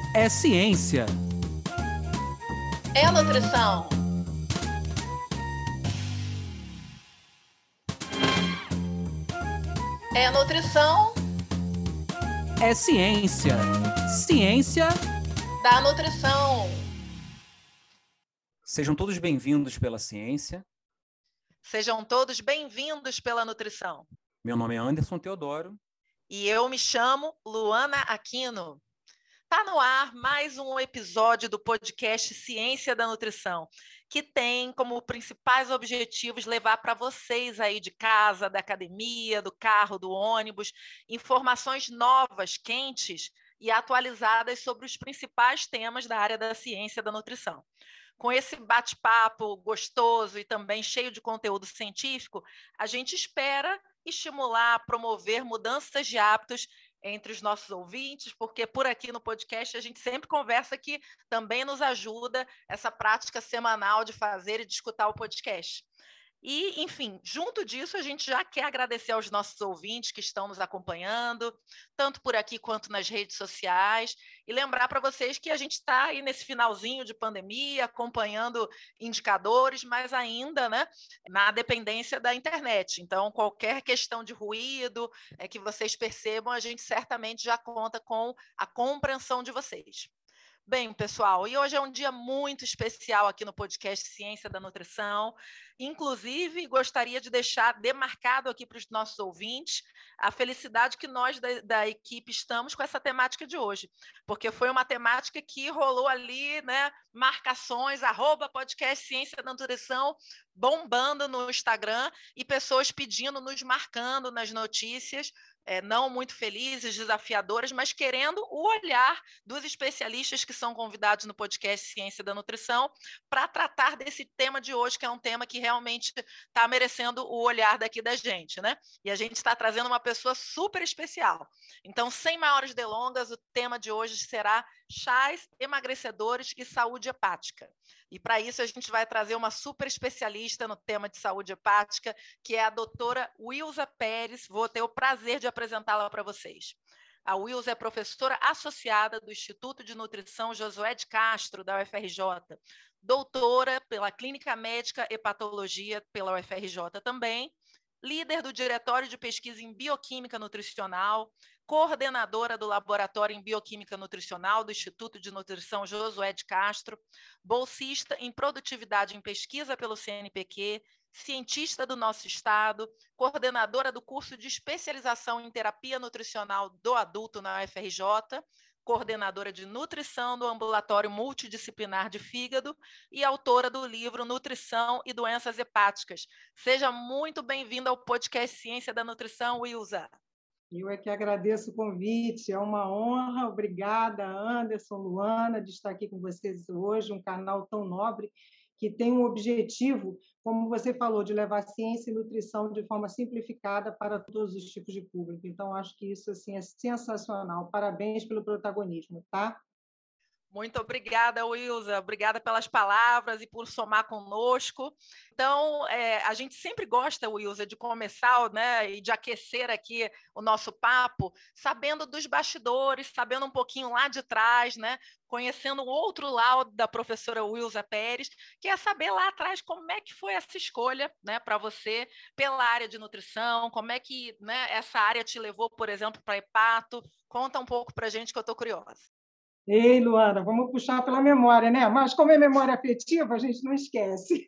É ciência. É nutrição. É nutrição É ciência. Ciência. da nutrição. Sejam todos bem-vindos pela ciência. Sejam todos bem-vindos pela nutrição. Meu nome é Anderson Teodoro. E eu me chamo Luana Aquino. Está no ar mais um episódio do podcast Ciência da Nutrição, que tem como principais objetivos levar para vocês aí de casa, da academia, do carro, do ônibus, informações novas, quentes e atualizadas sobre os principais temas da área da ciência da nutrição. Com esse bate-papo gostoso e também cheio de conteúdo científico, a gente espera estimular, promover mudanças de hábitos entre os nossos ouvintes, porque por aqui no podcast a gente sempre conversa que também nos ajuda essa prática semanal de fazer e de escutar o podcast. E, enfim, junto disso, a gente já quer agradecer aos nossos ouvintes que estão nos acompanhando, tanto por aqui quanto nas redes sociais, e lembrar para vocês que a gente está aí nesse finalzinho de pandemia, acompanhando indicadores, mas ainda, né, na dependência da internet. Então, qualquer questão de ruído que vocês percebam, a gente certamente já conta com a compreensão de vocês. Bem, pessoal, e hoje é um dia muito especial aqui no podcast Ciência da Nutrição. Inclusive, gostaria de deixar demarcado aqui para os nossos ouvintes a felicidade que nós da equipe estamos com essa temática de hoje, porque foi uma temática que rolou ali, né, marcações, @podcast Ciência da Nutrição, bombando no Instagram e pessoas pedindo, nos marcando nas notícias, não muito felizes, desafiadoras, mas querendo o olhar dos especialistas que são convidados no podcast Ciência da Nutrição para tratar desse tema de hoje, que é um tema que realmente está merecendo o olhar daqui da gente, né? E a gente está trazendo uma pessoa super especial. Então, sem maiores delongas, o tema de hoje será chás emagrecedores e saúde hepática. E para isso a gente vai trazer uma super especialista no tema de saúde hepática, que é a doutora Wilza Pérez. Vou ter o prazer de apresentá-la para vocês. A Wilza é professora associada do Instituto de Nutrição Josué de Castro, da UFRJ, doutora pela Clínica Médica Hepatologia pela UFRJ também, líder do Diretório de Pesquisa em Bioquímica Nutricional, coordenadora do Laboratório em Bioquímica Nutricional do Instituto de Nutrição Josué de Castro, bolsista em Produtividade em Pesquisa pelo CNPq, cientista do nosso estado, coordenadora do curso de especialização em terapia nutricional do adulto na UFRJ, coordenadora de nutrição do ambulatório multidisciplinar de fígado e autora do livro Nutrição e Doenças Hepáticas. Seja muito bem-vinda ao podcast Ciência da Nutrição, Wilza. Eu é que agradeço o convite, é uma honra. Obrigada, Anderson, Luana, de estar aqui com vocês hoje, um canal tão nobre que tem um objetivo, como você falou, de levar ciência e nutrição de forma simplificada para todos os tipos de público. Então, acho que isso assim, é sensacional. Parabéns pelo protagonismo, tá? Muito obrigada, Wilza. Obrigada pelas palavras e por somar conosco. Então, a gente sempre gosta, Wilza, de começar, né, e de aquecer aqui o nosso papo, sabendo dos bastidores, sabendo um pouquinho lá de trás, né, conhecendo o outro lado da professora Wilza Pérez, que é saber lá atrás como é que foi essa escolha, né, para você pela área de nutrição, como é que, né, essa área te levou, por exemplo, para hepato. Conta um pouco para a gente que eu estou curiosa. Ei, Luana, vamos puxar pela memória, né? Mas como é memória afetiva, a gente não esquece.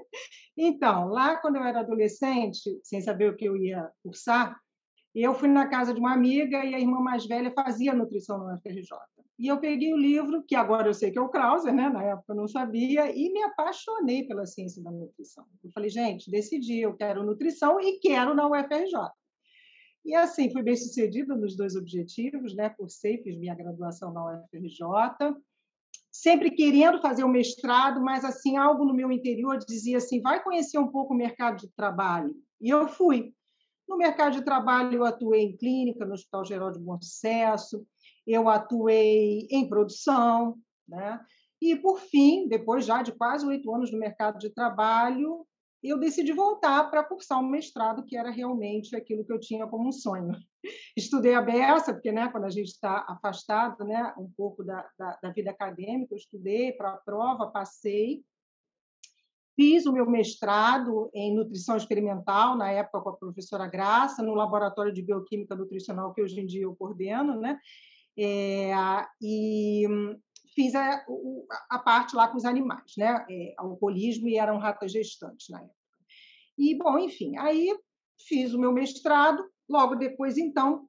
Então, lá quando eu era adolescente, sem saber o que eu ia cursar, eu fui na casa de uma amiga e a irmã mais velha fazia nutrição no UFRJ. E eu peguei o livro, que agora eu sei que é o Krauser, né? Na época eu não sabia, e me apaixonei pela ciência da nutrição. Eu falei, gente, decidi, eu quero nutrição e quero na UFRJ. E assim, fui bem sucedida nos dois objetivos, né? Cursei, fiz minha graduação na UFRJ, sempre querendo fazer o mestrado, mas assim, algo no meu interior dizia assim, vai conhecer um pouco o mercado de trabalho. E eu fui. No mercado de trabalho, eu atuei em clínica, no Hospital Geral de Bom Sucesso, eu atuei em produção, né? E, por fim, depois já de quase 8 anos no mercado de trabalho, eu decidi voltar para cursar um mestrado, que era realmente aquilo que eu tinha como um sonho. Estudei a beça, porque, né, quando a gente está afastado, né, um pouco da vida acadêmica, eu estudei para a prova, passei, fiz o meu mestrado em nutrição experimental, na época com a professora Graça, no laboratório de bioquímica nutricional que hoje em dia eu coordeno, né? E fiz a parte lá com os animais, né? Alcoolismo, e eram ratas gestantes na época. E, bom, enfim, aí fiz o meu mestrado, logo depois, então,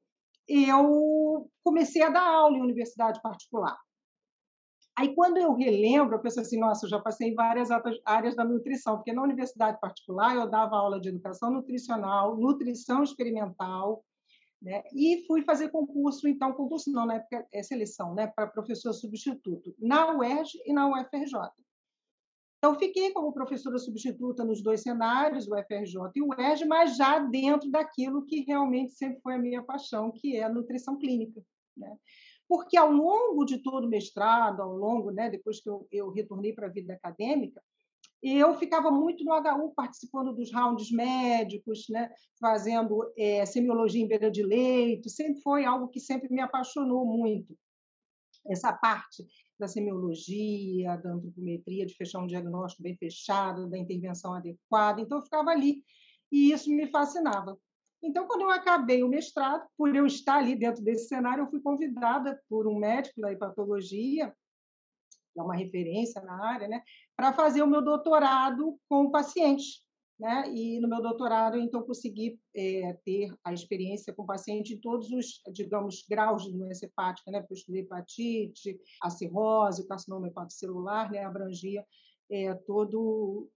eu comecei a dar aula em universidade particular. Aí, quando eu relembro, eu penso assim, nossa, eu já passei em várias áreas da nutrição, porque na universidade particular eu dava aula de educação nutricional, nutrição experimental, né? E fui fazer concurso, então, concurso não, na época é seleção, né? Para professor substituto, na UERJ e na UFRJ. Então, fiquei como professora substituta nos dois cenários, o UFRJ e o UERJ, mas já dentro daquilo que realmente sempre foi a minha paixão, que é a nutrição clínica, né? Porque ao longo de todo o mestrado, ao longo, né, depois que eu retornei para a vida acadêmica, eu ficava muito no HU, participando dos rounds médicos, né, fazendo semiologia em beira de leito, sempre foi algo que sempre me apaixonou muito, essa parte da semiologia, da antropometria, de fechar um diagnóstico bem fechado, da intervenção adequada, então eu ficava ali, e isso me fascinava. Então, quando eu acabei o mestrado, por eu estar ali dentro desse cenário, eu fui convidada por um médico da hepatologia, que é uma referência na área, né, para fazer o meu doutorado com pacientes. Né? E no meu doutorado, então, consegui ter a experiência com paciente em todos os, digamos, graus de doença hepática, né? Porque eu estudei hepatite, a cirrose, o carcinoma hepatocelular, né? Abrangia todo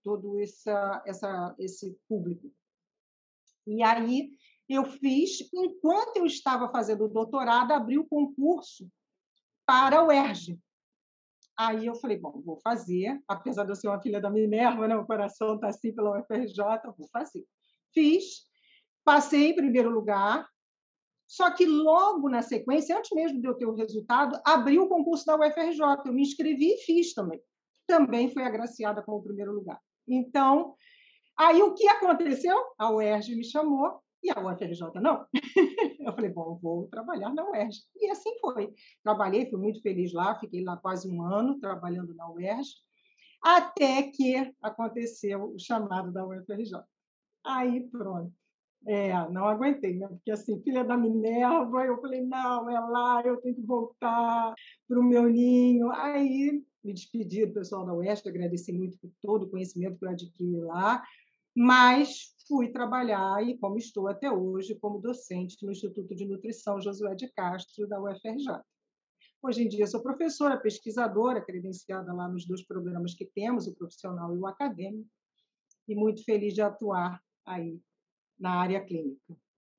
esse público. E aí eu fiz, enquanto eu estava fazendo o doutorado, abri o concurso para o UERJ. Aí eu falei, bom, vou fazer, apesar de eu ser uma filha da Minerva, né? O coração está assim pela UFRJ, vou fazer. Fiz, passei em primeiro lugar, só que logo na sequência, antes mesmo de eu ter o resultado, abri o concurso da UFRJ, eu me inscrevi e fiz também. Também fui agraciada com o primeiro lugar. Então, aí o que aconteceu? A UERJ me chamou e a UFRJ não. Eu falei, bom, vou trabalhar na UERJ. E assim foi. Trabalhei, fui muito feliz lá, fiquei lá quase um ano trabalhando na UERJ, até que aconteceu o chamado da UFRJ. Aí, pronto. Não aguentei, né? Porque, assim, filha da Minerva, eu falei, não, é lá, eu tenho que voltar para o meu ninho. Aí, me despedi do pessoal da UERJ, agradeci muito por todo o conhecimento que eu adquiri lá, mas fui trabalhar, e como estou até hoje, como docente no Instituto de Nutrição Josué de Castro, da UFRJ. Hoje em dia, sou professora, pesquisadora, credenciada lá nos dois programas que temos, o profissional e o acadêmico, e muito feliz de atuar aí na área clínica.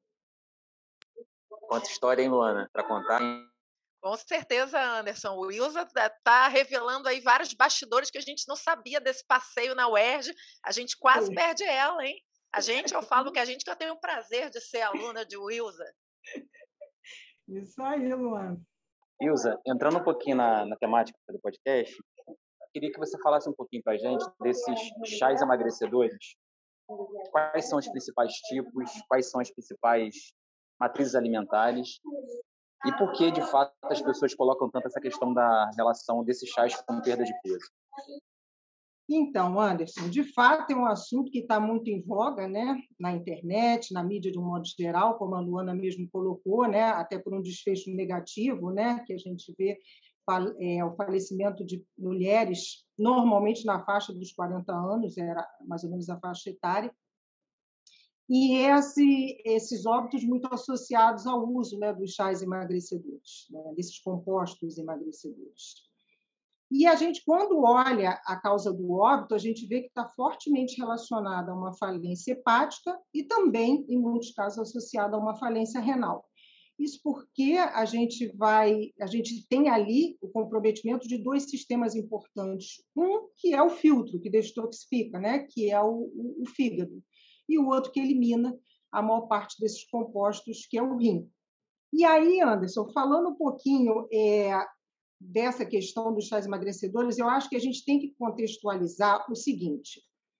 Quanta história, hein, Luana, para contar? Com certeza, Anderson. O Wilza está revelando aí vários bastidores que a gente não sabia desse passeio na UERJ. A gente quase perde ela, hein? Eu falo que eu tenho o prazer de ser aluna de Wilza. Isso aí, Luana. Wilza, entrando um pouquinho na temática do podcast, queria que você falasse um pouquinho para a gente desses chás emagrecedores. Quais são os principais tipos? Quais são as principais matrizes alimentares? E por que, de fato, as pessoas colocam tanto essa questão da relação desses chás com perda de peso? Então, Anderson, de fato é um assunto que está muito em voga, né? Na internet, na mídia de um modo geral, como a Luana mesmo colocou, né? Até por um desfecho negativo, né? Que a gente vê o falecimento de mulheres, normalmente na faixa dos 40 anos, era mais ou menos a faixa etária, e esses óbitos muito associados ao uso, né, dos chás emagrecedores, né, desses compostos emagrecedores. E a gente, quando olha a causa do óbito, a gente vê que está fortemente relacionada a uma falência hepática e também, em muitos casos, associada a uma falência renal. Isso porque a gente tem ali o comprometimento de dois sistemas importantes. Um que é o filtro, que detoxifica, né, que é o fígado, e o outro que elimina a maior parte desses compostos, que é o rim. E aí, Anderson, falando um pouquinho dessa questão dos chás emagrecedores, eu acho que a gente tem que contextualizar o seguinte: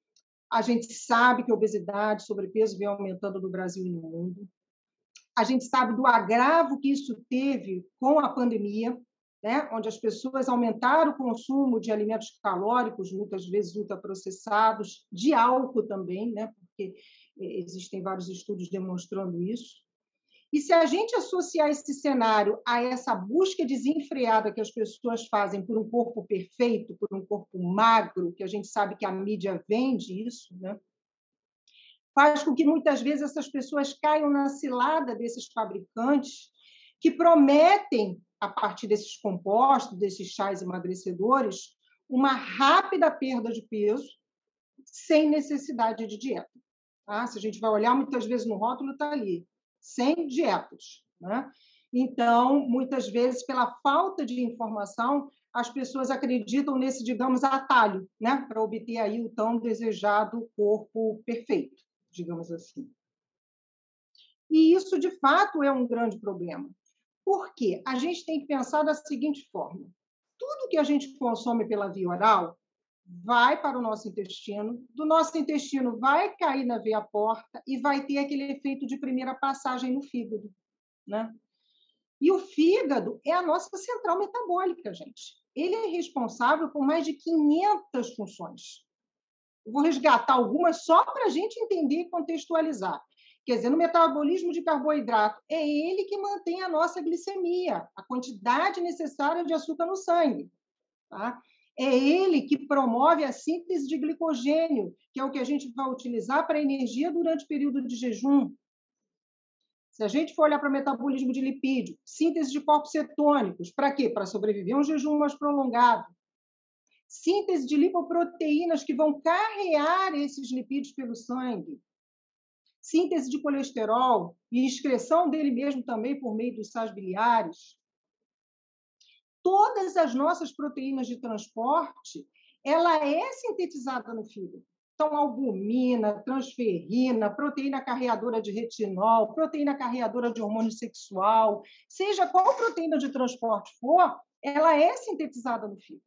A gente sabe que a obesidade, sobrepeso vem aumentando no Brasil e no mundo. A gente sabe do agravo que isso teve com a pandemia, né? Onde as pessoas aumentaram o consumo de alimentos calóricos, muitas vezes ultraprocessados, de álcool também, né? Porque existem vários estudos demonstrando isso. E se a gente associar esse cenário a essa busca desenfreada que as pessoas fazem por um corpo perfeito, por um corpo magro, que a gente sabe que a mídia vende isso, né? Faz com que muitas vezes essas pessoas caiam na cilada desses fabricantes que prometem, a partir desses compostos, desses chás emagrecedores, uma rápida perda de peso sem necessidade de dieta. Tá? Se a gente vai olhar, muitas vezes no rótulo está ali, sem dietas. Né? Então, muitas vezes, pela falta de informação, as pessoas acreditam nesse, digamos, atalho, né? Para obter aí o tão desejado corpo perfeito, digamos assim. E isso, de fato, é um grande problema. Por quê? A gente tem que pensar da seguinte forma: tudo que a gente consome pela via oral vai para o nosso intestino, do nosso intestino vai cair na veia porta e vai ter aquele efeito de primeira passagem no fígado, né? E o fígado é a nossa central metabólica, gente. Ele é responsável por mais de 500 funções. Eu vou resgatar algumas só para a gente entender e contextualizar. Quer dizer, no metabolismo de carboidrato, é ele que mantém a nossa glicemia, a quantidade necessária de açúcar no sangue. Tá? É ele que promove a síntese de glicogênio, que é o que a gente vai utilizar para energia durante o período de jejum. Se a gente for olhar para o metabolismo de lipídio, síntese de corpos cetônicos, para quê? Para sobreviver a um jejum mais prolongado. Síntese de lipoproteínas que vão carrear esses lipídios pelo sangue. Síntese de colesterol e excreção dele mesmo também por meio dos sais biliares. Todas as nossas proteínas de transporte, ela é sintetizada no fígado. Então, albumina, transferrina, proteína carreadora de retinol, proteína carreadora de hormônio sexual, seja qual proteína de transporte for, ela é sintetizada no fígado.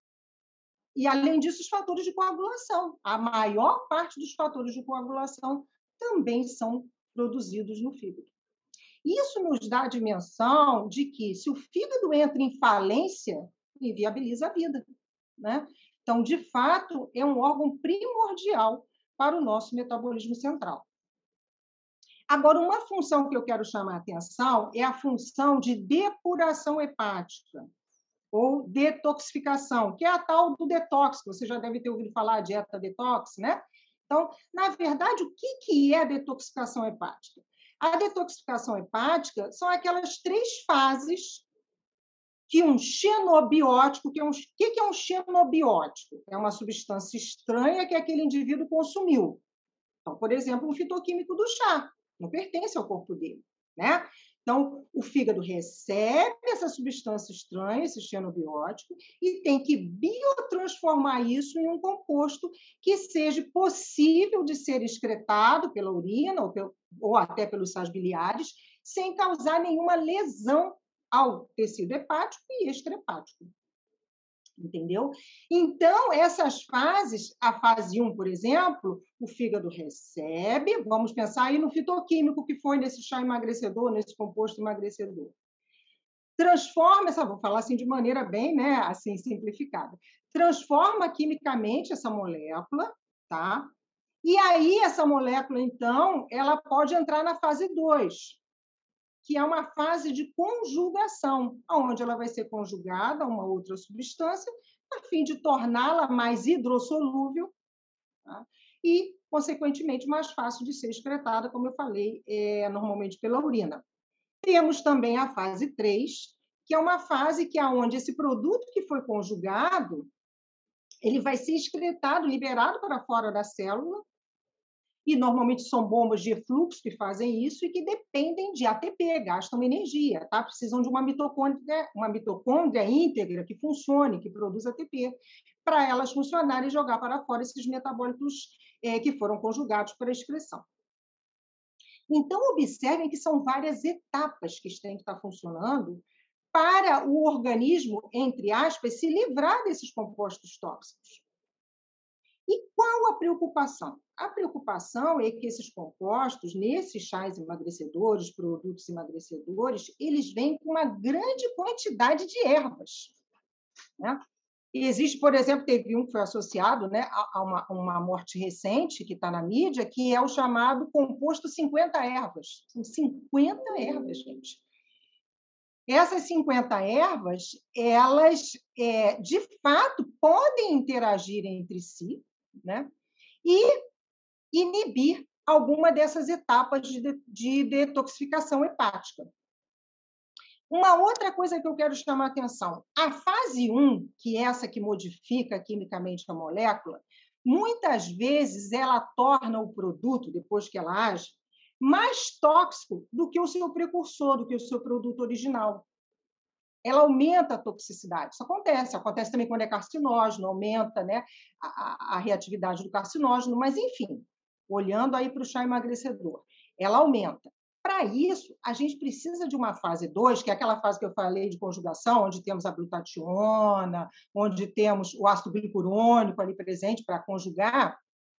E, além disso, os fatores de coagulação. A maior parte dos fatores de coagulação também são produzidos no fígado. Isso nos dá a dimensão de que, se o fígado entra em falência, inviabiliza a vida, né? Então, de fato, é um órgão primordial para o nosso metabolismo central. Agora, uma função que eu quero chamar a atenção é a função de depuração hepática, ou detoxificação, que é a tal do detox, que você já deve ter ouvido falar, dieta detox, né? Então, na verdade, o que é a detoxificação hepática? A detoxificação hepática são aquelas 3 fases que um xenobiótico... O que é um xenobiótico? É uma substância estranha que aquele indivíduo consumiu. Então, por exemplo, um fitoquímico do chá, não pertence ao corpo dele, né? Então, o fígado recebe essa substância estranha, esse xenobiótico, e tem que biotransformar isso em um composto que seja possível de ser excretado pela urina ou até pelos sais biliares, sem causar nenhuma lesão ao tecido hepático e extrahepático. Entendeu? Então, essas fases, a fase 1, por exemplo, o fígado recebe, vamos pensar aí no fitoquímico que foi nesse chá emagrecedor, nesse composto emagrecedor. Transforma vou falar assim de maneira bem, né, assim, simplificada. Transforma quimicamente essa molécula, tá? E aí, essa molécula, então, ela pode entrar na fase 2, que é uma fase de conjugação, onde ela vai ser conjugada a uma outra substância, a fim de torná-la mais hidrossolúvel, tá? E, consequentemente, mais fácil de ser excretada, como eu falei, normalmente pela urina. Temos também a fase 3, que é uma fase que é onde esse produto que foi conjugado, ele vai ser excretado, liberado para fora da célula, e normalmente são bombas de efluxo que fazem isso e que dependem de ATP, gastam energia, tá? Precisam de uma mitocôndria íntegra que funcione, que produza ATP, para elas funcionarem e jogar para fora esses metabólitos que foram conjugados para a excreção. Então, observem que são várias etapas que têm que estar funcionando para o organismo, entre aspas, se livrar desses compostos tóxicos. E qual a preocupação? A preocupação é que esses compostos, nesses chás emagrecedores, produtos emagrecedores, eles vêm com uma grande quantidade de ervas, né? E existe, por exemplo, teve um que foi associado, né, a uma morte recente, que está na mídia, que é o chamado composto 50 ervas. São 50 ervas, gente. Essas 50 ervas, elas, de fato, podem interagir entre si, né, e inibir alguma dessas etapas de detoxificação hepática. Uma outra coisa que eu quero chamar a atenção, a fase 1, que é essa que modifica quimicamente a molécula, muitas vezes ela torna o produto, depois que ela age, mais tóxico do que o seu precursor, do que o seu produto original. Ela aumenta a toxicidade. Isso acontece também quando é carcinógeno, aumenta, né, a reatividade do carcinógeno, mas, enfim, olhando aí para o chá emagrecedor, ela aumenta. Para isso, a gente precisa de uma fase 2, que é aquela fase que eu falei de conjugação, onde temos a glutationa, onde temos o ácido glicurônico ali presente para conjugar.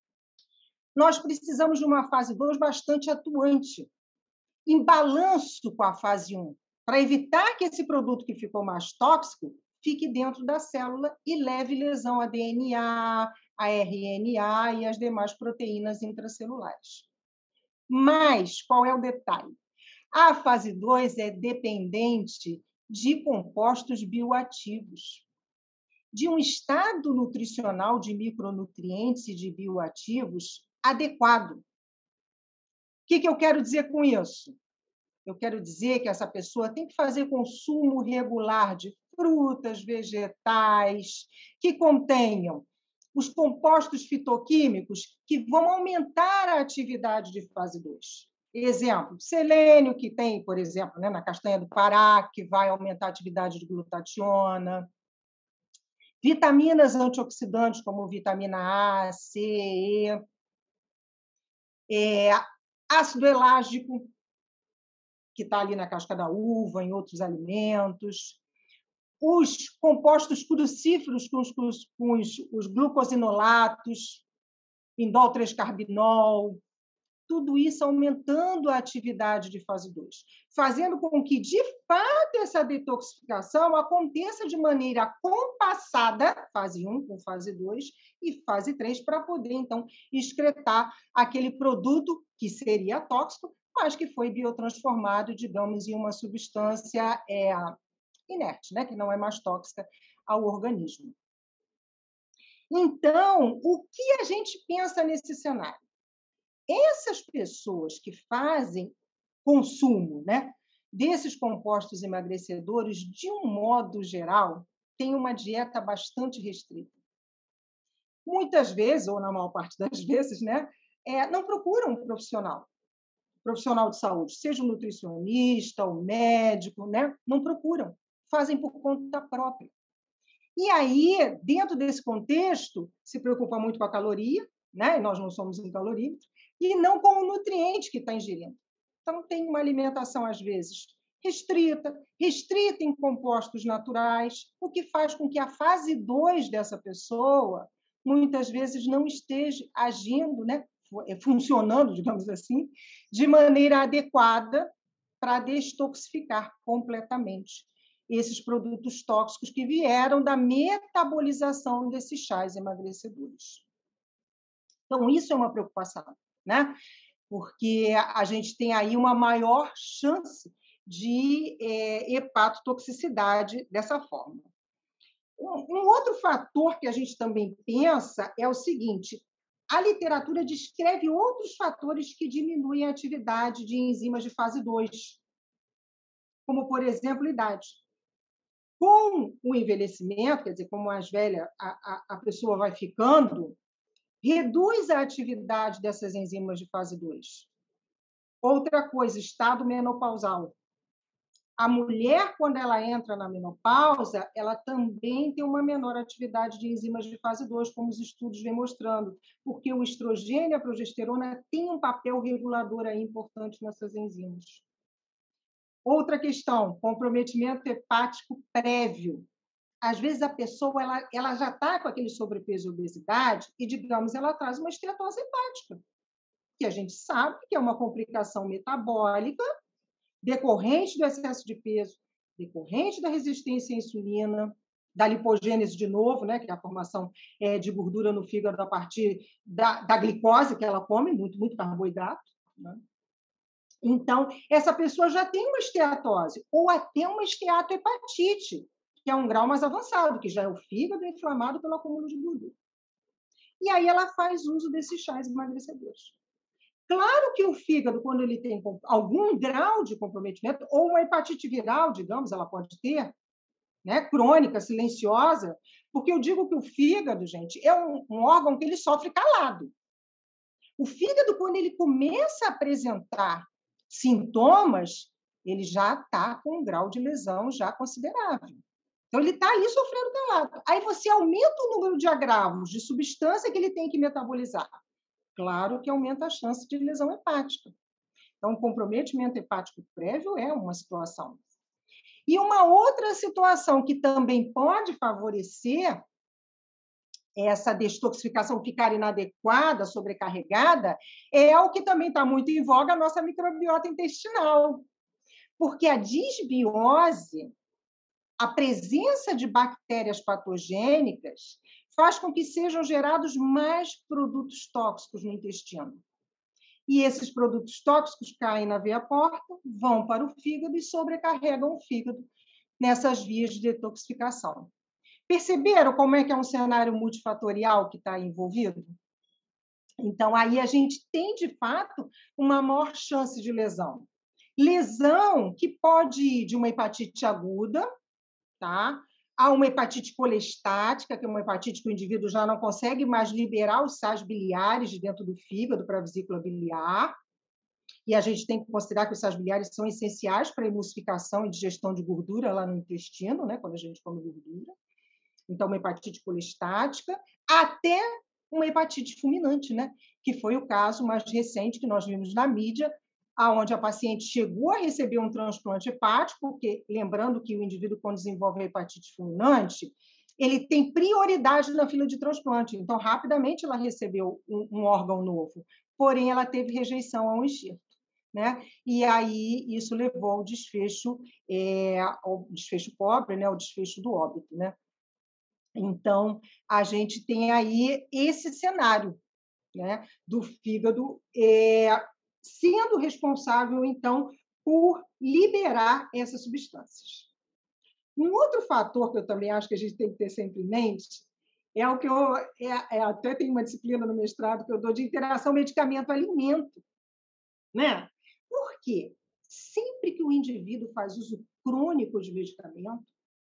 Nós precisamos de uma fase 2 bastante atuante, em balanço com a fase 1, para evitar que esse produto que ficou mais tóxico fique dentro da célula e leve lesão a DNA, a RNA e as demais proteínas intracelulares. Mas qual é o detalhe? A fase 2 é dependente de compostos bioativos, de um estado nutricional de micronutrientes e de bioativos adequado. O que eu quero dizer com isso? Eu quero dizer que essa pessoa tem que fazer consumo regular de frutas, vegetais, que contenham os compostos fitoquímicos que vão aumentar a atividade de fase 2. Exemplo, selênio, que tem, por exemplo, né, na castanha do Pará, que vai aumentar a atividade de glutationa. Vitaminas antioxidantes, como vitamina A, C, E. Ácido elágico, que está ali na casca da uva, em outros alimentos. Os compostos crucíferos com os glucosinolatos, indol 3-carbinol, tudo isso aumentando a atividade de fase 2, fazendo com que, de fato, essa detoxificação aconteça de maneira compassada, fase 1 com fase 2 e fase 3, para poder, então, excretar aquele produto que seria tóxico, mas que foi biotransformado, digamos, em uma substância inerte, né, que não é mais tóxica ao organismo. Então, o que a gente pensa nesse cenário? Essas pessoas que fazem consumo, né, desses compostos emagrecedores, de um modo geral, têm uma dieta bastante restrita. Muitas vezes, ou na maior parte das vezes, né, não procuram um profissional de saúde, seja um nutricionista, um médico, né, não procuram, fazem por conta própria. E aí, dentro desse contexto, se preocupa muito com a caloria, né, e nós não somos um calorímetro, e não com o nutriente que está ingerindo. Então, tem uma alimentação, às vezes, restrita em compostos naturais, o que faz com que a fase 2 dessa pessoa, muitas vezes, não esteja agindo, né, funcionando, digamos assim, de maneira adequada para detoxificar completamente esses produtos tóxicos que vieram da metabolização desses chás emagrecedores. Então, isso é uma preocupação, né? Porque a gente tem aí uma maior chance de hepatotoxicidade dessa forma. Um outro fator que a gente também pensa é o seguinte: a literatura descreve outros fatores que diminuem a atividade de enzimas de fase 2, como, por exemplo, idade. Com o envelhecimento, quer dizer, como mais velha a pessoa vai ficando, reduz a atividade dessas enzimas de fase 2. Outra coisa, estado menopausal. A mulher, quando ela entra na menopausa, ela também tem uma menor atividade de enzimas de fase 2, como os estudos vêm mostrando, porque o estrogênio e a progesterona têm um papel regulador aí importante nessas enzimas. Outra questão, comprometimento hepático prévio. Às vezes a pessoa ela já está com aquele sobrepeso e obesidade e, digamos, ela traz uma esteatose hepática, que a gente sabe que é uma complicação metabólica decorrente do excesso de peso, decorrente da resistência à insulina, da lipogênese de novo, né, que é a formação de gordura no fígado a partir da glicose que ela come, muito carboidrato, né? Então, essa pessoa já tem uma esteatose ou até uma esteatohepatite, que é um grau mais avançado, que já é o fígado inflamado pelo acúmulo de gordura. E aí ela faz uso desses chás emagrecedores. Claro que o fígado, quando ele tem algum grau de comprometimento, ou uma hepatite viral, digamos, ela pode ter, né, crônica, silenciosa, porque eu digo que o fígado, gente, é um órgão que ele sofre calado. O fígado, quando ele começa a apresentar sintomas, ele já está com um grau de lesão já considerável. Então, ele está ali sofrendo calado. Aí você aumenta o número de agravos de substância que ele tem que metabolizar. Claro que aumenta a chance de lesão hepática. Então, o comprometimento hepático prévio é uma situação. E uma outra situação que também pode favorecer essa detoxificação ficar inadequada, sobrecarregada, é o que também está muito em voga, a nossa microbiota intestinal. Porque a disbiose, a presença de bactérias patogênicas, faz com que sejam gerados mais produtos tóxicos no intestino. E esses produtos tóxicos caem na veia porta, vão para o fígado e sobrecarregam o fígado nessas vias de detoxificação. Perceberam como é que é um cenário multifatorial que está envolvido? Então, aí a gente tem, de fato, uma maior chance de lesão. Lesão que pode ir de uma hepatite aguda, tá? A uma hepatite colestática, que é uma hepatite que o indivíduo já não consegue mais liberar os sais biliares de dentro do fígado para a vesícula biliar. E a gente tem que considerar que os sais biliares são essenciais para a emulsificação e digestão de gordura lá no intestino, né, quando a gente come gordura. Então, uma hepatite colestática, até uma hepatite fulminante, né, que foi o caso mais recente que nós vimos na mídia, onde a paciente chegou a receber um transplante hepático, porque, lembrando que o indivíduo, quando desenvolve a hepatite fulminante, ele tem prioridade na fila de transplante. Então, rapidamente ela recebeu um órgão novo, porém ela teve rejeição ao enxerto, né? E aí isso levou ao desfecho pobre, né? O desfecho do óbito, né? Então, a gente tem aí esse cenário, né, do fígado sendo responsável, então, por liberar essas substâncias. Um outro fator que eu também acho que a gente tem que ter sempre em mente é o que eu até tenho uma disciplina no mestrado que eu dou de interação medicamento-alimento, né? Por quê? Sempre que o indivíduo faz uso crônico de medicamento,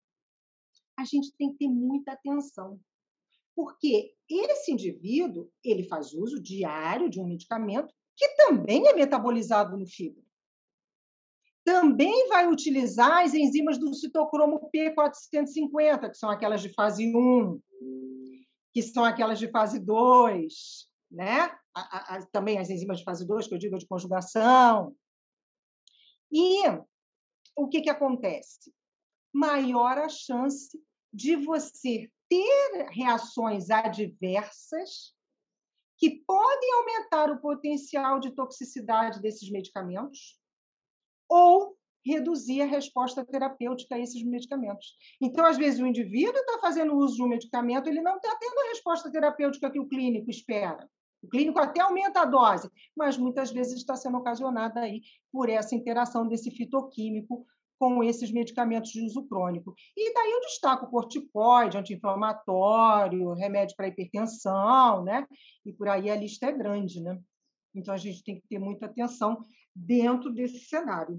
a gente tem que ter muita atenção, porque esse indivíduo ele faz uso diário de um medicamento que também é metabolizado no fígado. Também vai utilizar as enzimas do citocromo P450, que são aquelas de fase 1, que são aquelas de fase 2, né? Também as enzimas de fase 2, que eu digo de conjugação. E o que acontece? Maior a chance de você ter reações adversas que podem aumentar o potencial de toxicidade desses medicamentos ou reduzir a resposta terapêutica a esses medicamentos. Então, às vezes, o indivíduo está fazendo uso de um medicamento, ele não está tendo a resposta terapêutica que o clínico espera. O clínico até aumenta a dose, mas muitas vezes está sendo ocasionada aí por essa interação desse fitoquímico com esses medicamentos de uso crônico. E daí eu destaco corticoide, anti-inflamatório, remédio para hipertensão, né? E por aí a lista é grande, né? Então, a gente tem que ter muita atenção dentro desse cenário.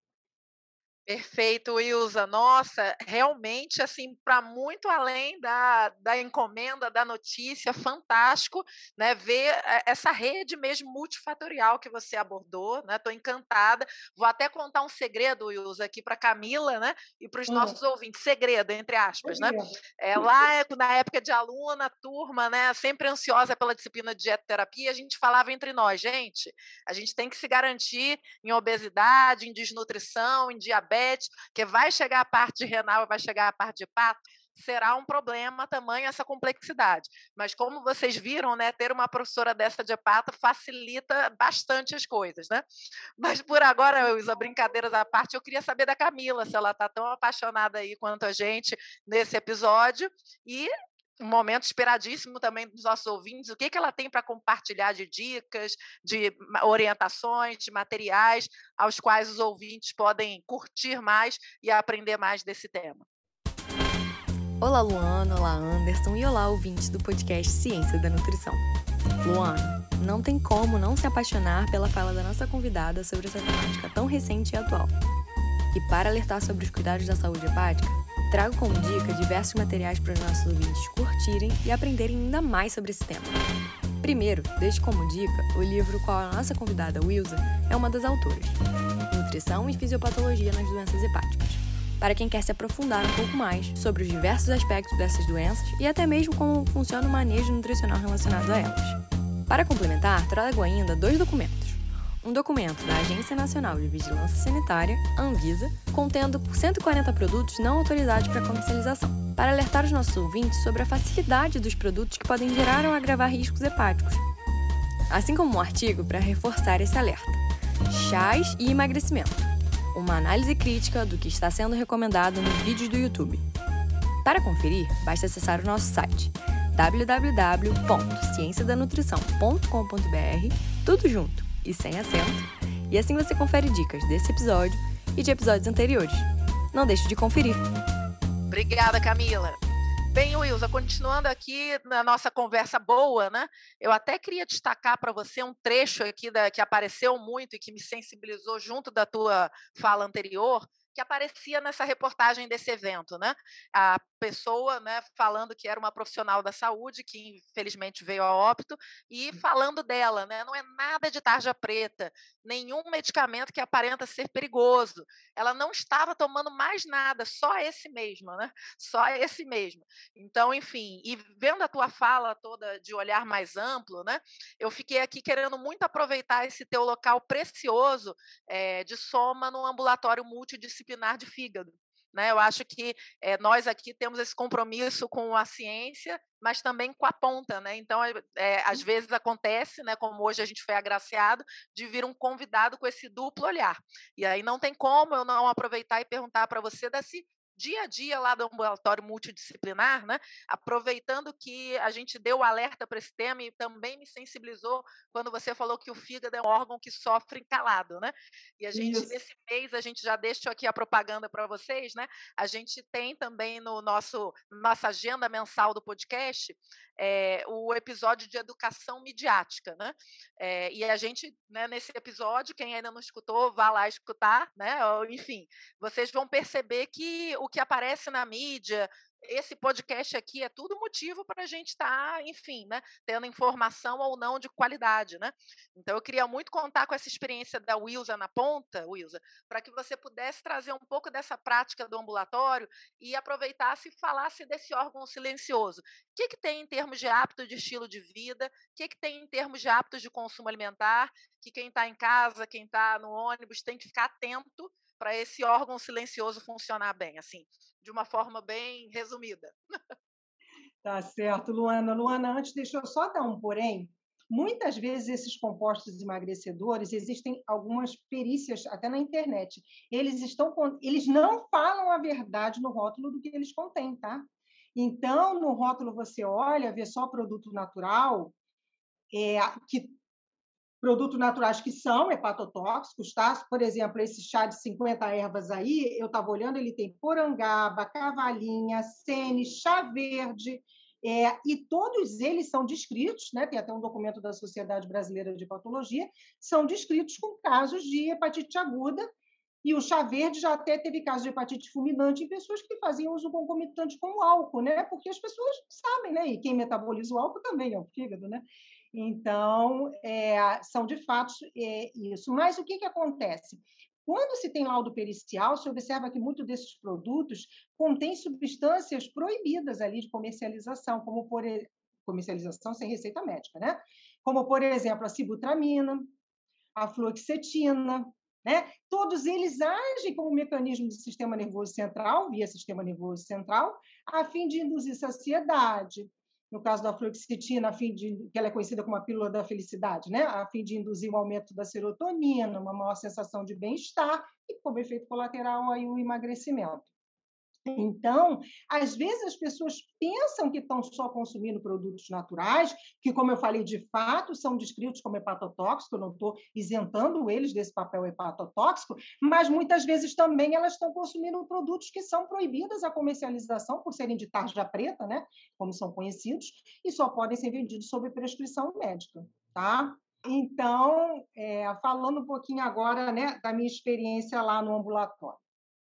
Perfeito, Ilza. Nossa, realmente, assim, para muito além da encomenda da notícia, fantástico, né, ver essa rede mesmo multifatorial que você abordou, né? Estou encantada. Vou até contar um segredo, Ilza, aqui para Camila, né, e para os nossos ouvintes. Segredo, entre aspas, né? Lá na época de aluna, turma, né, sempre ansiosa pela disciplina de dietoterapia, a gente falava entre nós, gente, a gente tem que se garantir em obesidade, em desnutrição, em diabetes, porque vai chegar a parte renal, vai chegar a parte de hepato, será um problema tamanho essa complexidade. Mas como vocês viram, né, ter uma professora dessa de hepato facilita bastante as coisas, né? Mas por agora, Wilson, brincadeiras à parte, eu queria saber da Camila, se ela está tão apaixonada aí quanto a gente nesse episódio, e um momento esperadíssimo também dos nossos ouvintes, o que ela tem para compartilhar de dicas, de orientações, de materiais aos quais os ouvintes podem curtir mais e aprender mais desse tema. Olá, Luana, olá, Anderson e olá, ouvintes do podcast Ciência da Nutrição. Luana, não tem como não se apaixonar pela fala da nossa convidada sobre essa temática tão recente e atual. E para alertar sobre os cuidados da saúde hepática, trago como dica diversos materiais para os nossos ouvintes curtirem e aprenderem ainda mais sobre esse tema. Primeiro, deixo como dica o livro qual a nossa convidada Wilza é uma das autoras, Nutrição e Fisiopatologia nas Doenças Hepáticas, para quem quer se aprofundar um pouco mais sobre os diversos aspectos dessas doenças e até mesmo como funciona o manejo nutricional relacionado a elas. Para complementar, trago ainda 2 documentos. Um documento da Agência Nacional de Vigilância Sanitária, Anvisa, contendo 140 produtos não autorizados para comercialização, para alertar os nossos ouvintes sobre a facilidade dos produtos que podem gerar ou agravar riscos hepáticos. Assim como um artigo para reforçar esse alerta. Chás e emagrecimento. Uma análise crítica do que está sendo recomendado nos vídeos do YouTube. Para conferir, basta acessar o nosso site www.cienciadanutrição.com.br, tudo junto e sem acento, e assim você confere dicas desse episódio e de episódios anteriores. Não deixe de conferir. Obrigada, Camila. Bem, Wilson, continuando aqui na nossa conversa boa, né? Eu até queria destacar para você um trecho aqui que apareceu muito e que me sensibilizou junto da tua fala anterior, que aparecia nessa reportagem desse evento, né? A pessoa, né, falando que era uma profissional da saúde, que infelizmente veio a óbito, e falando dela, né? Não é nada de tarja preta, nenhum medicamento que aparenta ser perigoso. Ela não estava tomando mais nada, só esse mesmo, né? Só esse mesmo. Então, enfim, e vendo a tua fala toda de olhar mais amplo, né? Eu fiquei aqui querendo muito aproveitar esse teu local precioso de soma no ambulatório multidisciplinar de fígado. Né? Eu acho que nós aqui temos esse compromisso com a ciência, mas também com a ponta. Né? Então, às vezes acontece, né, como hoje a gente foi agraciado, de vir um convidado com esse duplo olhar. E aí não tem como eu não aproveitar e perguntar para você desse dia a dia lá do ambulatório multidisciplinar, né? Aproveitando que a gente deu o alerta para esse tema e também me sensibilizou quando você falou que o fígado é um órgão que sofre calado, né? E a gente, nesse mês, a gente já deixou aqui a propaganda para vocês, né? A gente tem também no nossa agenda mensal do podcast o episódio de educação midiática, né? E a gente, né, nesse episódio, quem ainda não escutou, vá lá escutar, né? Enfim, vocês vão perceber que o que aparece na mídia, esse podcast aqui é tudo motivo para a gente estar, enfim, né, tendo informação ou não de qualidade, né? Então, eu queria muito contar com essa experiência da Wilza na ponta, Wilza, para que você pudesse trazer um pouco dessa prática do ambulatório e aproveitasse e falasse desse órgão silencioso. O que tem em termos de hábito de estilo de vida? O que tem em termos de hábitos de consumo alimentar? Que quem está em casa, quem está no ônibus, tem que ficar atento para esse órgão silencioso funcionar bem, assim, de uma forma bem resumida. Tá certo, Luana. Luana, antes, deixa eu só dar um porém. Muitas vezes esses compostos emagrecedores, existem algumas perícias até na internet. Eles não falam a verdade no rótulo do que eles contêm, tá? Então, no rótulo você olha, vê só produto natural, produtos naturais que são hepatotóxicos, tá? Por exemplo, esse chá de 50 ervas aí, eu estava olhando, ele tem porangaba, cavalinha, sene, chá verde, e todos eles são descritos, né? Tem até um documento da Sociedade Brasileira de Hepatologia, são descritos com casos de hepatite aguda, e o chá verde já até teve casos de hepatite fulminante em pessoas que faziam uso concomitante com o álcool, né? Porque as pessoas sabem, né? E quem metaboliza o álcool também é o fígado, né? Então, são de fato isso. Mas o que acontece? Quando se tem laudo pericial, se observa que muitos desses produtos contêm substâncias proibidas ali de comercialização, como comercialização sem receita médica, né? Como, por exemplo, a sibutramina, a fluoxetina, né? Todos eles agem como mecanismo do sistema nervoso central, via sistema nervoso central, a fim de induzir saciedade. No caso da fluoxetina, que ela é conhecida como a pílula da felicidade, né? A fim de induzir um aumento da serotonina, uma maior sensação de bem-estar e, como efeito colateral, aí, o emagrecimento. Então, às vezes as pessoas pensam que estão só consumindo produtos naturais, que, como eu falei, de fato são descritos como hepatotóxicos, eu não estou isentando eles desse papel hepatotóxico, mas muitas vezes também elas estão consumindo produtos que são proibidas a comercialização por serem de tarja preta, né, como são conhecidos, e só podem ser vendidos sob prescrição médica, tá? Então, falando um pouquinho agora, né, da minha experiência lá no ambulatório.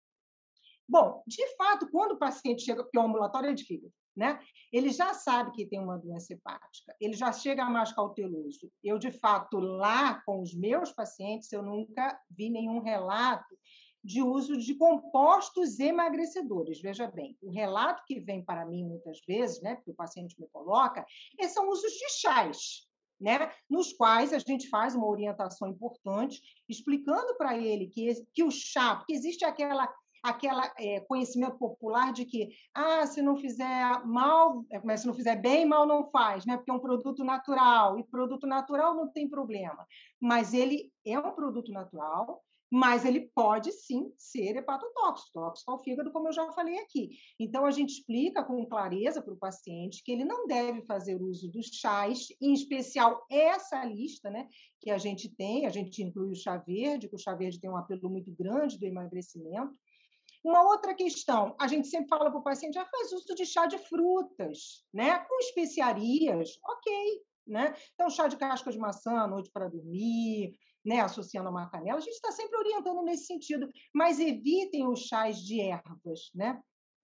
Bom, de fato, quando o paciente chega, porque o ambulatório é de fígado, né? Ele já sabe que tem uma doença hepática, ele já chega mais cauteloso. Eu, de fato, lá com os meus pacientes, eu nunca vi nenhum relato de uso de compostos emagrecedores. Veja bem, o relato que vem para mim muitas vezes, né, porque o paciente me coloca, são usos de chás, né, nos quais a gente faz uma orientação importante, explicando para ele que o chá, porque existe aquela conhecimento popular de que se não fizer mal, se não fizer bem, mal não faz, né? Porque é um produto natural, e produto natural não tem problema. Mas ele é um produto natural, mas ele pode, sim, ser hepatotóxico, tóxico ao fígado, como eu já falei aqui. Então, a gente explica com clareza para o paciente que ele não deve fazer uso dos chás, em especial essa lista, né, que a gente tem, a gente inclui o chá verde, que o chá verde tem um apelo muito grande do emagrecimento. Uma outra questão, a gente sempre fala para o paciente, faz uso de chá de frutas, né? Com especiarias, ok, né? Então, chá de casca de maçã à noite para dormir, né? Associando a uma canela, a gente está sempre orientando nesse sentido, mas evitem os chás de ervas, né?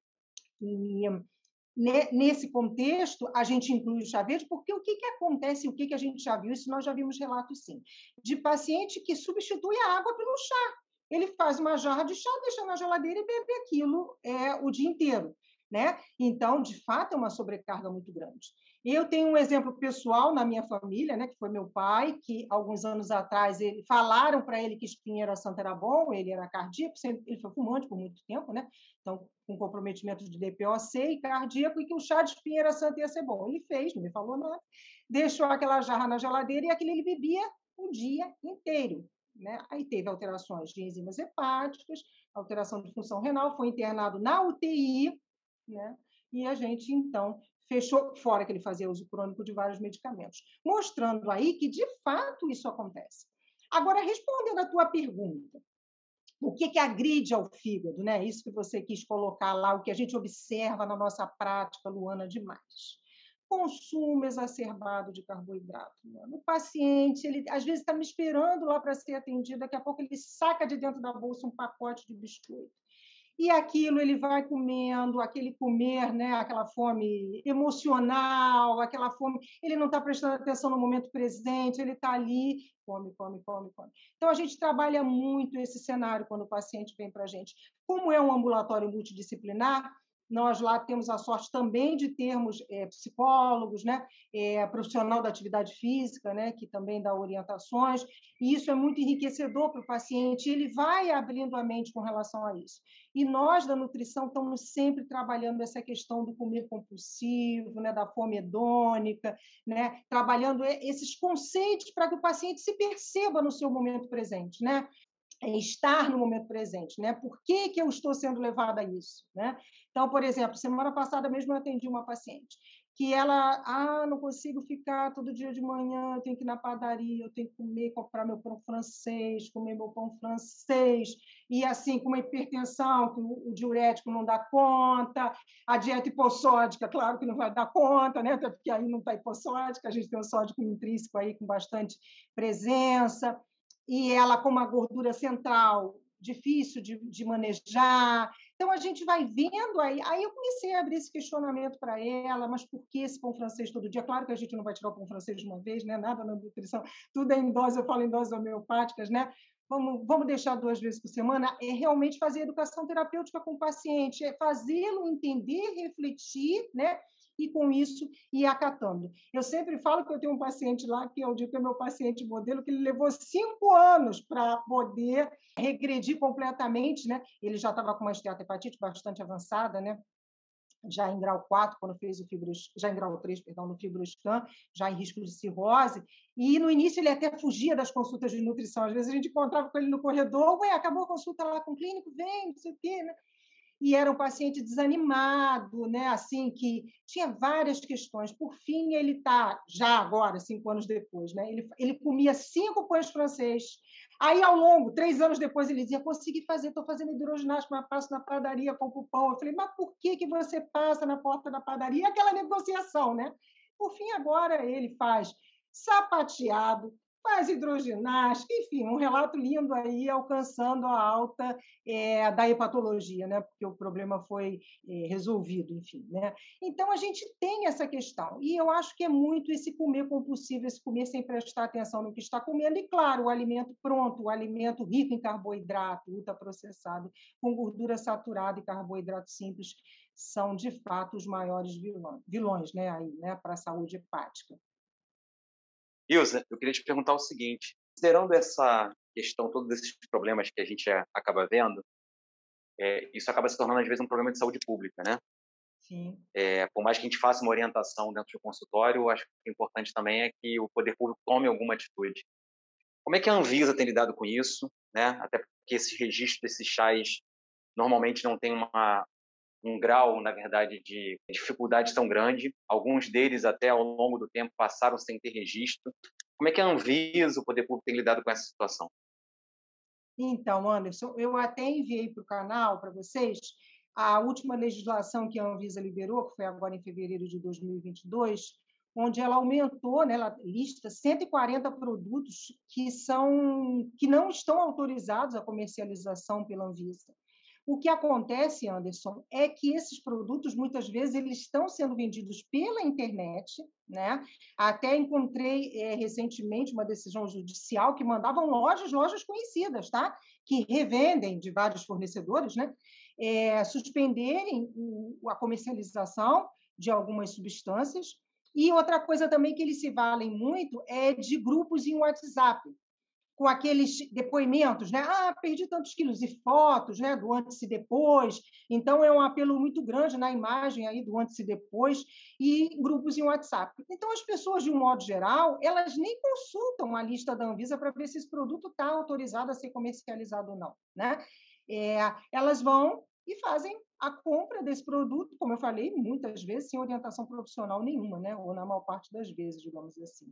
E nesse contexto, a gente inclui o chá verde, porque o que acontece, o que a gente já viu, isso nós já vimos relatos, sim, de paciente que substitui a água pelo chá. Ele faz uma jarra de chá, deixa na geladeira e bebe aquilo o dia inteiro, né? Então, de fato, é uma sobrecarga muito grande. Eu tenho um exemplo pessoal na minha família, né, que foi meu pai, que alguns anos atrás falaram para ele que espinheira santa era bom, ele era cardíaco, ele foi fumante por muito tempo, né? Então, com comprometimento de DPOC e cardíaco, e que o chá de espinheira santa ia ser bom. Ele fez, não me falou nada, deixou aquela jarra na geladeira e aquilo ele bebia o dia inteiro. Né? Aí teve alterações de enzimas hepáticas, alteração de função renal, foi internado na UTI, né? E a gente, então, fechou, fora que ele fazia uso crônico de vários medicamentos, mostrando aí que, de fato, isso acontece. Agora, respondendo à tua pergunta, o que agride ao fígado, né? Isso que você quis colocar lá, o que a gente observa na nossa prática, Luana, demais. Consumo exacerbado de carboidrato. O paciente, ele às vezes está me esperando lá para ser atendido, daqui a pouco ele saca de dentro da bolsa um pacote de biscoito. E aquilo ele vai comendo, aquele comer, né, aquela fome emocional, aquela fome, ele não está prestando atenção no momento presente, ele está ali, come. Então, a gente trabalha muito esse cenário quando o paciente vem para a gente. Como é um ambulatório multidisciplinar, nós lá temos a sorte também de termos psicólogos, né? Profissional da atividade física, né? Que também dá orientações, e isso é muito enriquecedor para o paciente, ele vai abrindo a mente com relação a isso. E nós, da nutrição, estamos sempre trabalhando essa questão do comer compulsivo, né? Da fome hedônica, né? Trabalhando esses conceitos para que o paciente se perceba no seu momento presente, né? Estar no momento presente, né? Por que eu estou sendo levada a isso, né? Então, por exemplo, semana passada mesmo eu atendi uma paciente que ela, não consigo ficar todo dia de manhã, eu tenho que ir na padaria, eu tenho que comer, comprar meu pão francês, comer meu pão francês, e assim, com uma hipertensão, que o diurético não dá conta, a dieta hipossódica, claro que não vai dar conta, né? Até porque aí não está hipossódica, a gente tem o sódico intrínseco aí com bastante presença, e ela com uma gordura central difícil de manejar. Então, a gente vai vendo aí. Aí eu comecei a abrir esse questionamento para ela, mas por que esse pão francês todo dia? Claro que a gente não vai tirar o pão francês de uma vez, né? Nada na nutrição, tudo é em dose, eu falo em doses homeopáticas, né? vamos deixar 2 vezes por semana, é realmente fazer educação terapêutica com o paciente, é fazê-lo entender, refletir, né? E com isso ir acatando. Eu sempre falo que eu tenho um paciente lá, que eu digo que é meu paciente modelo, que ele levou 5 anos para poder regredir completamente, né? Ele já estava com uma esteatohepatite bastante avançada, né? Já em grau 4, quando fez já em grau 3, perdão, no fibroscan, já em risco de cirrose, e no início ele até fugia das consultas de nutrição, às vezes a gente encontrava com ele no corredor, acabou a consulta lá com o clínico, vem, não sei o quê, né? E era um paciente desanimado, né? Assim, que tinha várias questões. Por fim, ele está, já agora, 5 anos depois, né? Ele comia 5 pães francês. Aí, ao longo, 3 anos depois, ele dizia, consegui fazer, estou fazendo hidroginástica, mas passo na padaria, compro pão. Eu falei, mas por que você passa na porta da padaria? Aquela negociação, né? Por fim, agora ele faz sapateado, faz hidroginástica, enfim, um relato lindo aí, alcançando a alta da hepatologia, né? Porque o problema foi resolvido, enfim, né? Então, a gente tem essa questão, e eu acho que é muito esse comer compulsivo, esse comer sem prestar atenção no que está comendo, e, claro, o alimento pronto, o alimento rico em carboidrato, ultraprocessado, com gordura saturada e carboidrato simples, são, de fato, os maiores vilões, né, aí, né, para a saúde hepática. Ilza, eu queria te perguntar o seguinte, considerando essa questão, todos esses problemas que a gente acaba vendo, isso acaba se tornando, às vezes, um problema de saúde pública, né? Sim. Por mais que a gente faça uma orientação dentro do consultório, acho que o importante também é que o poder público tome alguma atitude. Como é que a Anvisa tem lidado com isso, né? Até porque esse registro desses chás normalmente não tem um grau, na verdade, de dificuldade tão grande. Alguns deles, até ao longo do tempo, passaram sem ter registro. Como é que a Anvisa, o poder público, tem lidado com essa situação? Então, Anderson, eu até enviei para o canal, para vocês, a última legislação que a Anvisa liberou, que foi agora em fevereiro de 2022, onde ela aumentou, né, ela lista 140 produtos que não estão autorizados à comercialização pela Anvisa. O que acontece, Anderson, é que esses produtos, muitas vezes, eles estão sendo vendidos pela internet, né? Até encontrei recentemente uma decisão judicial que mandavam lojas conhecidas, tá? Que revendem de vários fornecedores, né? Suspenderem a comercialização de algumas substâncias. E outra coisa também que eles se valem muito é de grupos em WhatsApp, com aqueles depoimentos, né? Perdi tantos quilos, e fotos, né? Do antes e depois. Então, é um apelo muito grande na imagem aí do antes e depois, e grupos em WhatsApp. Então, as pessoas, de um modo geral, elas nem consultam a lista da Anvisa para ver se esse produto está autorizado a ser comercializado ou não, né? Elas vão e fazem a compra desse produto, como eu falei, muitas vezes sem orientação profissional nenhuma, né? Ou na maior parte das vezes, digamos assim.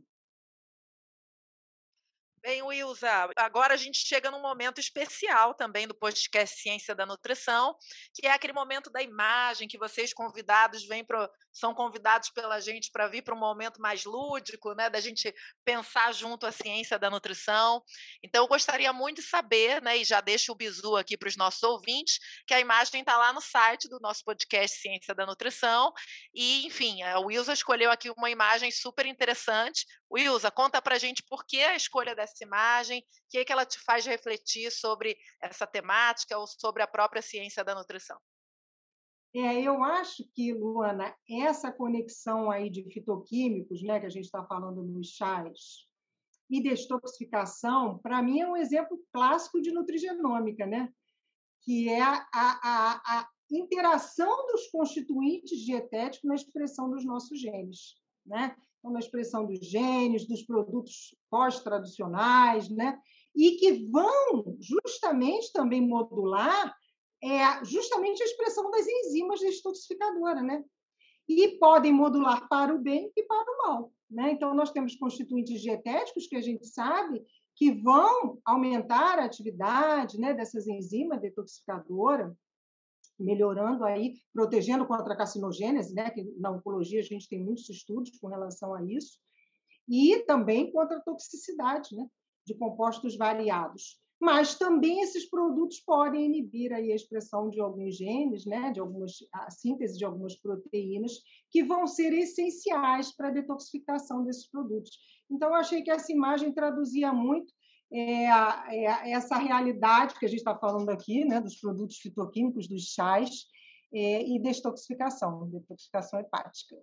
Bem, Wilza, agora a gente chega num momento especial também do podcast Ciência da Nutrição, que é aquele momento da imagem, que vocês convidados são convidados pela gente para vir para um momento mais lúdico, né, da gente pensar junto a ciência da nutrição. Então, eu gostaria muito de saber, né, e já deixo o bizu aqui para os nossos ouvintes, que a imagem está lá no site do nosso podcast Ciência da Nutrição, e, enfim, a Wilza escolheu aqui uma imagem super interessante. Wilza, conta para a gente por que a escolha dessa imagem, o que ela te faz refletir sobre essa temática ou sobre a própria ciência da nutrição. Eu acho que, Luana, essa conexão aí de fitoquímicos, né, que a gente está falando nos chás, e detoxificação, para mim é um exemplo clássico de nutrigenômica, né? Que é a interação dos constituintes dietéticos na expressão dos nossos genes, né? Então, na expressão dos genes, dos produtos pós-tradicionais, né? E que vão justamente também modular justamente a expressão das enzimas detoxificadoras, né? E podem modular para o bem e para o mal, né? Então, nós temos constituintes dietéticos que a gente sabe que vão aumentar a atividade, né, dessas enzimas detoxificadoras, melhorando aí, protegendo contra a carcinogênese, né, que na oncologia a gente tem muitos estudos com relação a isso, e também contra a toxicidade, né, de compostos variados. Mas também esses produtos podem inibir aí a expressão de alguns genes, né, a síntese de algumas proteínas, que vão ser essenciais para a detoxificação desses produtos. Então, eu achei que essa imagem traduzia muito, essa realidade que a gente está falando aqui, né, dos produtos fitoquímicos, dos chás, e detoxificação hepática.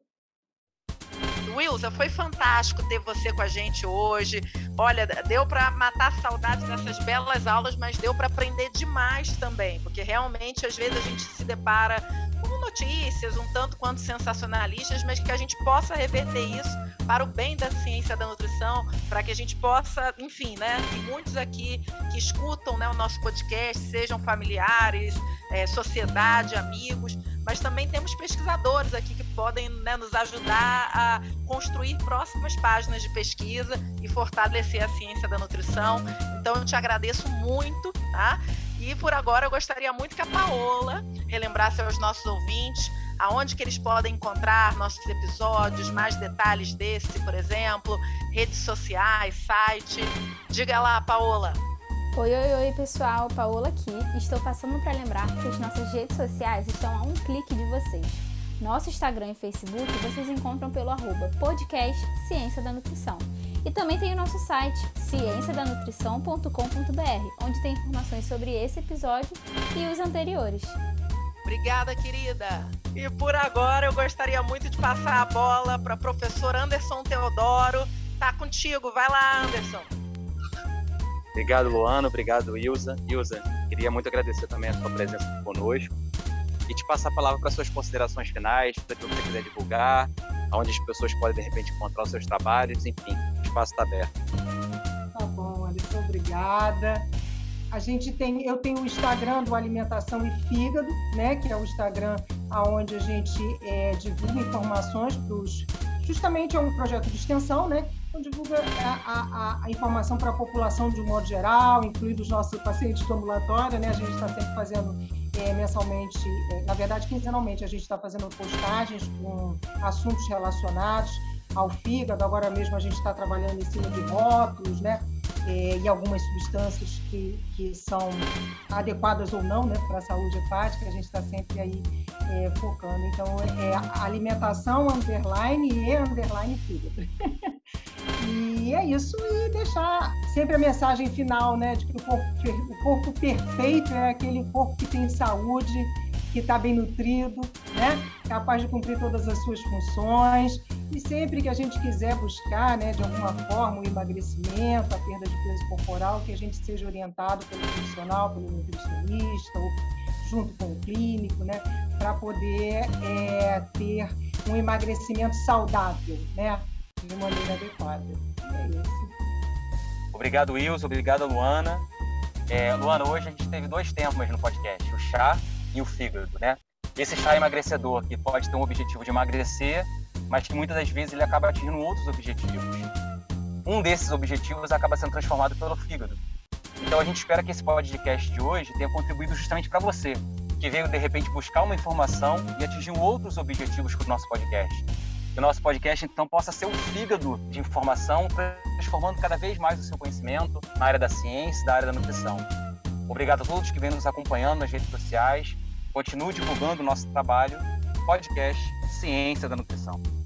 Wilza, foi fantástico ter você com a gente hoje. Olha, deu para matar a saudade dessas belas aulas, mas deu para aprender demais também, porque realmente às vezes a gente se depara com notícias um tanto quanto sensacionalistas, mas que a gente possa reverter isso para o bem da ciência da nutrição, para que a gente possa, enfim, né, e muitos aqui que escutam, né, o nosso podcast, sejam familiares, sociedade, amigos, mas também temos pesquisadores aqui que podem, né, nos ajudar a construir próximas páginas de pesquisa e fortalecer a ciência da nutrição. Então, eu te agradeço muito, tá? E por agora eu gostaria muito que a Paola relembrasse aos nossos ouvintes aonde que eles podem encontrar nossos episódios, mais detalhes desse, por exemplo, redes sociais, site. Diga lá, Paola. Oi, pessoal, Paola aqui. Estou passando para lembrar que as nossas redes sociais estão a um clique de vocês. Nosso Instagram e Facebook vocês encontram pelo @podcast Ciência da Nutrição. E também tem o nosso site, cienciadanutrição.com.br, onde tem informações sobre esse episódio e os anteriores. Obrigada, querida. E por agora eu gostaria muito de passar a bola para o professor Anderson Teodoro. Tá contigo, vai lá, Anderson. Obrigado, Luana. Obrigado, Ilza. Ilza, queria muito agradecer também a sua presença conosco e te passar a palavra para suas considerações finais, para aquilo que você quiser divulgar, onde as pessoas podem, de repente, encontrar os seus trabalhos, enfim, o espaço está aberto. Tá bom, Alisson, obrigada. Eu tenho o Instagram do Alimentação e Fígado, né, que é o Instagram onde a gente divulga informações justamente é um projeto de extensão, né? Então, divulga a informação para a população de um modo geral, incluindo os nossos pacientes do ambulatório, né? A gente está sempre fazendo mensalmente, na verdade, quinzenalmente, a gente está fazendo postagens com assuntos relacionados ao fígado. Agora mesmo a gente está trabalhando em cima de rótulos, né? E algumas substâncias que são adequadas ou não, né, para a saúde hepática, a gente está sempre aí focando. Então, alimentação, _ fígado. E é isso, e deixar sempre a mensagem final, né, de que o corpo perfeito é aquele corpo que tem saúde, que está bem nutrido, né, capaz de cumprir todas as suas funções. E sempre que a gente quiser buscar, né, de alguma forma, o emagrecimento, a perda de peso corporal, que a gente seja orientado pelo profissional, pelo nutricionista, ou junto com o clínico, né, para poder ter um emagrecimento saudável, né, de maneira adequada. É isso. Obrigado, Wilson. Obrigado, Luana. Luana, hoje a gente teve 2 temas no podcast, o chá e o fígado, né? Esse chá emagrecedor, que pode ter um objetivo de emagrecer, mas que muitas das vezes ele acaba atingindo outros objetivos. Um desses objetivos acaba sendo transformado pelo fígado. Então a gente espera que esse podcast de hoje tenha contribuído justamente para você, que veio de repente buscar uma informação e atingir outros objetivos com o nosso podcast. Que o nosso podcast então possa ser o fígado de informação, transformando cada vez mais o seu conhecimento na área da ciência, da área da nutrição. Obrigado a todos que vêm nos acompanhando nas redes sociais. Continue divulgando o nosso trabalho. Podcast Ciência da Nutrição.